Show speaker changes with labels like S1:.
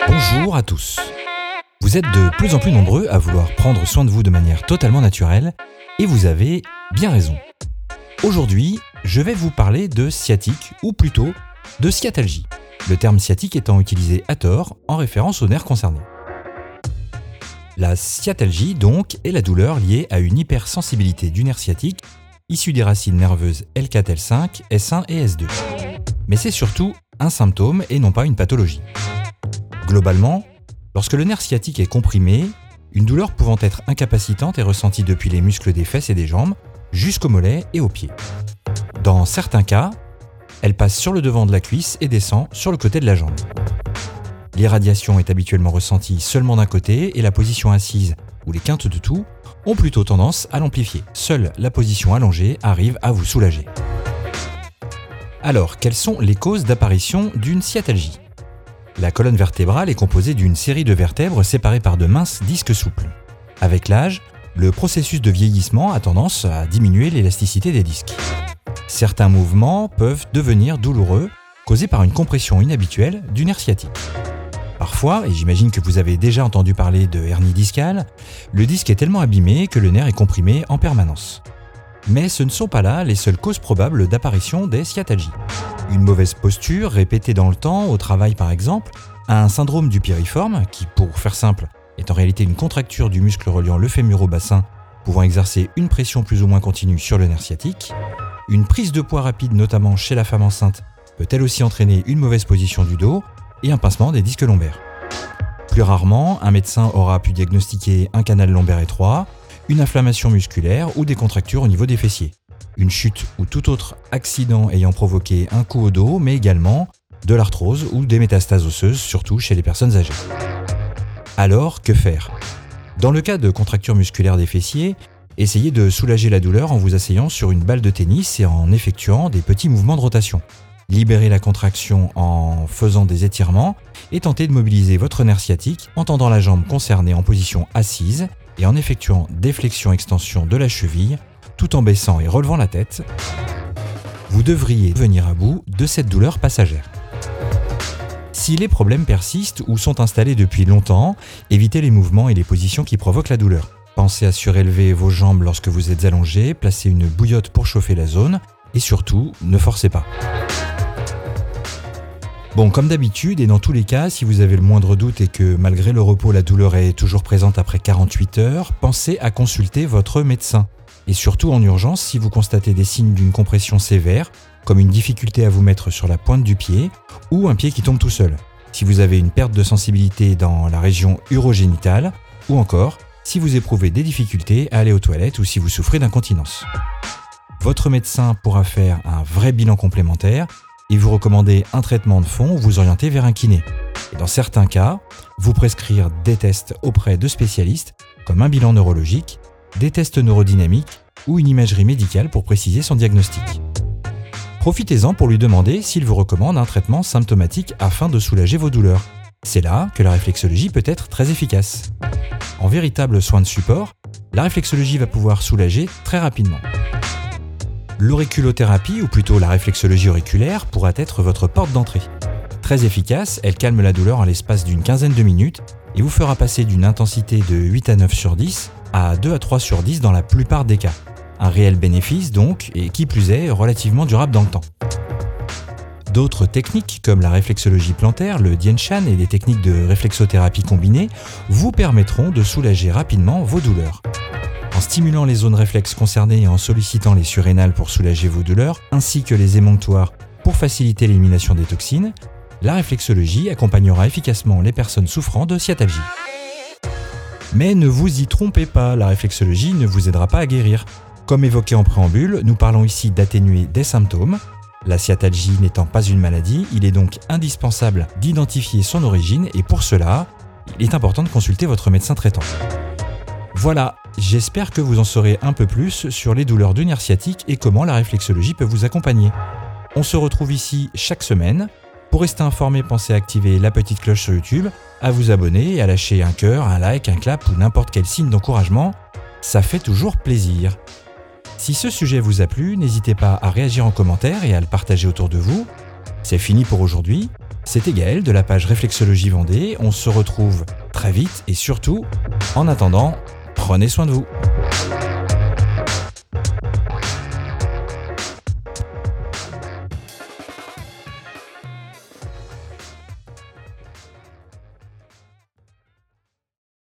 S1: Bonjour à tous. Vous êtes de plus en plus nombreux à vouloir prendre soin de vous de manière totalement naturelle et vous avez bien raison. Aujourd'hui, je vais vous parler de sciatique ou plutôt de sciatalgie, le terme sciatique étant utilisé à tort en référence au nerf concerné. La sciatalgie donc est la douleur liée à une hypersensibilité du nerf sciatique issue des racines nerveuses L4, L5, S1 et S2. Mais c'est surtout un symptôme et non pas une pathologie. Globalement, lorsque le nerf sciatique est comprimé, une douleur pouvant être incapacitante est ressentie depuis les muscles des fesses et des jambes jusqu'aux mollets et aux pieds. Dans certains cas, elle passe sur le devant de la cuisse et descend sur le côté de la jambe. L'irradiation est habituellement ressentie seulement d'un côté et la position assise ou les quintes de toux ont plutôt tendance à l'amplifier. Seule la position allongée arrive à vous soulager. Alors, quelles sont les causes d'apparition d'une sciatalgie ? La colonne vertébrale est composée d'une série de vertèbres séparées par de minces disques souples. Avec l'âge, le processus de vieillissement a tendance à diminuer l'élasticité des disques. Certains mouvements peuvent devenir douloureux, causés par une compression inhabituelle du nerf sciatique. Parfois, et j'imagine que vous avez déjà entendu parler de hernie discale, le disque est tellement abîmé que le nerf est comprimé en permanence. Mais ce ne sont pas là les seules causes probables d'apparition des sciatalgies. Une mauvaise posture répétée dans le temps, au travail par exemple, un syndrome du piriforme, qui pour faire simple est en réalité une contracture du muscle reliant le fémur au bassin, pouvant exercer une pression plus ou moins continue sur le nerf sciatique. Une prise de poids rapide, notamment chez la femme enceinte, peut elle aussi entraîner une mauvaise position du dos et un pincement des disques lombaires. Plus rarement, un médecin aura pu diagnostiquer un canal lombaire étroit, une inflammation musculaire ou des contractures au niveau des fessiers, une chute ou tout autre accident ayant provoqué un coup au dos, mais également de l'arthrose ou des métastases osseuses, surtout chez les personnes âgées. Alors, que faire ? Dans le cas de contractures musculaires des fessiers, essayez de soulager la douleur en vous asseyant sur une balle de tennis et en effectuant des petits mouvements de rotation. Libérez la contraction en faisant des étirements et tentez de mobiliser votre nerf sciatique en tendant la jambe concernée en position assise et en effectuant des flexions-extensions de la cheville tout en baissant et relevant la tête. Vous devriez venir à bout de cette douleur passagère. Si les problèmes persistent ou sont installés depuis longtemps, évitez les mouvements et les positions qui provoquent la douleur. Pensez à surélever vos jambes lorsque vous êtes allongé, placez une bouillotte pour chauffer la zone et surtout, ne forcez pas. Bon, comme d'habitude et dans tous les cas, si vous avez le moindre doute et que malgré le repos, la douleur est toujours présente après 48 heures, pensez à consulter votre médecin. Et surtout en urgence, si vous constatez des signes d'une compression sévère, comme une difficulté à vous mettre sur la pointe du pied ou un pied qui tombe tout seul, si vous avez une perte de sensibilité dans la région urogénitale ou encore si vous éprouvez des difficultés à aller aux toilettes ou si vous souffrez d'incontinence. Votre médecin pourra faire un vrai bilan complémentaire et vous recommander un traitement de fond ou vous orienter vers un kiné. Et dans certains cas, vous prescrire des tests auprès de spécialistes comme un bilan neurologique, des tests neurodynamiques ou une imagerie médicale pour préciser son diagnostic. Profitez-en pour lui demander s'il vous recommande un traitement symptomatique afin de soulager vos douleurs. C'est là que la réflexologie peut être très efficace. En véritable soin de support, la réflexologie va pouvoir soulager très rapidement. L'auriculothérapie, ou plutôt la réflexologie auriculaire, pourra être votre porte d'entrée. Très efficace, elle calme la douleur en l'espace d'une quinzaine de minutes et vous fera passer d'une intensité de 8 à 9 sur 10 à 2 à 3 sur 10 dans la plupart des cas. Un réel bénéfice donc, et qui plus est, relativement durable dans le temps. D'autres techniques comme la réflexologie plantaire, le Dienshan et les techniques de réflexothérapie combinées vous permettront de soulager rapidement vos douleurs. En stimulant les zones réflexes concernées et en sollicitant les surrénales pour soulager vos douleurs, ainsi que les émonctoires pour faciliter l'élimination des toxines, la réflexologie accompagnera efficacement les personnes souffrant de sciatalgie. Mais ne vous y trompez pas, la réflexologie ne vous aidera pas à guérir. Comme évoqué en préambule, nous parlons ici d'atténuer des symptômes. La sciatalgie n'étant pas une maladie, il est donc indispensable d'identifier son origine et pour cela, il est important de consulter votre médecin traitant. Voilà, j'espère que vous en saurez un peu plus sur les douleurs du nerf sciatique et comment la réflexologie peut vous accompagner. On se retrouve ici chaque semaine. Pour rester informé, pensez à activer la petite cloche sur YouTube, à vous abonner et à lâcher un cœur, un like, un clap ou n'importe quel signe d'encouragement. Ça fait toujours plaisir. Si ce sujet vous a plu, n'hésitez pas à réagir en commentaire et à le partager autour de vous. C'est fini pour aujourd'hui. C'était Gaël de la page Réflexologie Vendée. On se retrouve très vite et surtout, en attendant, prenez soin de vous.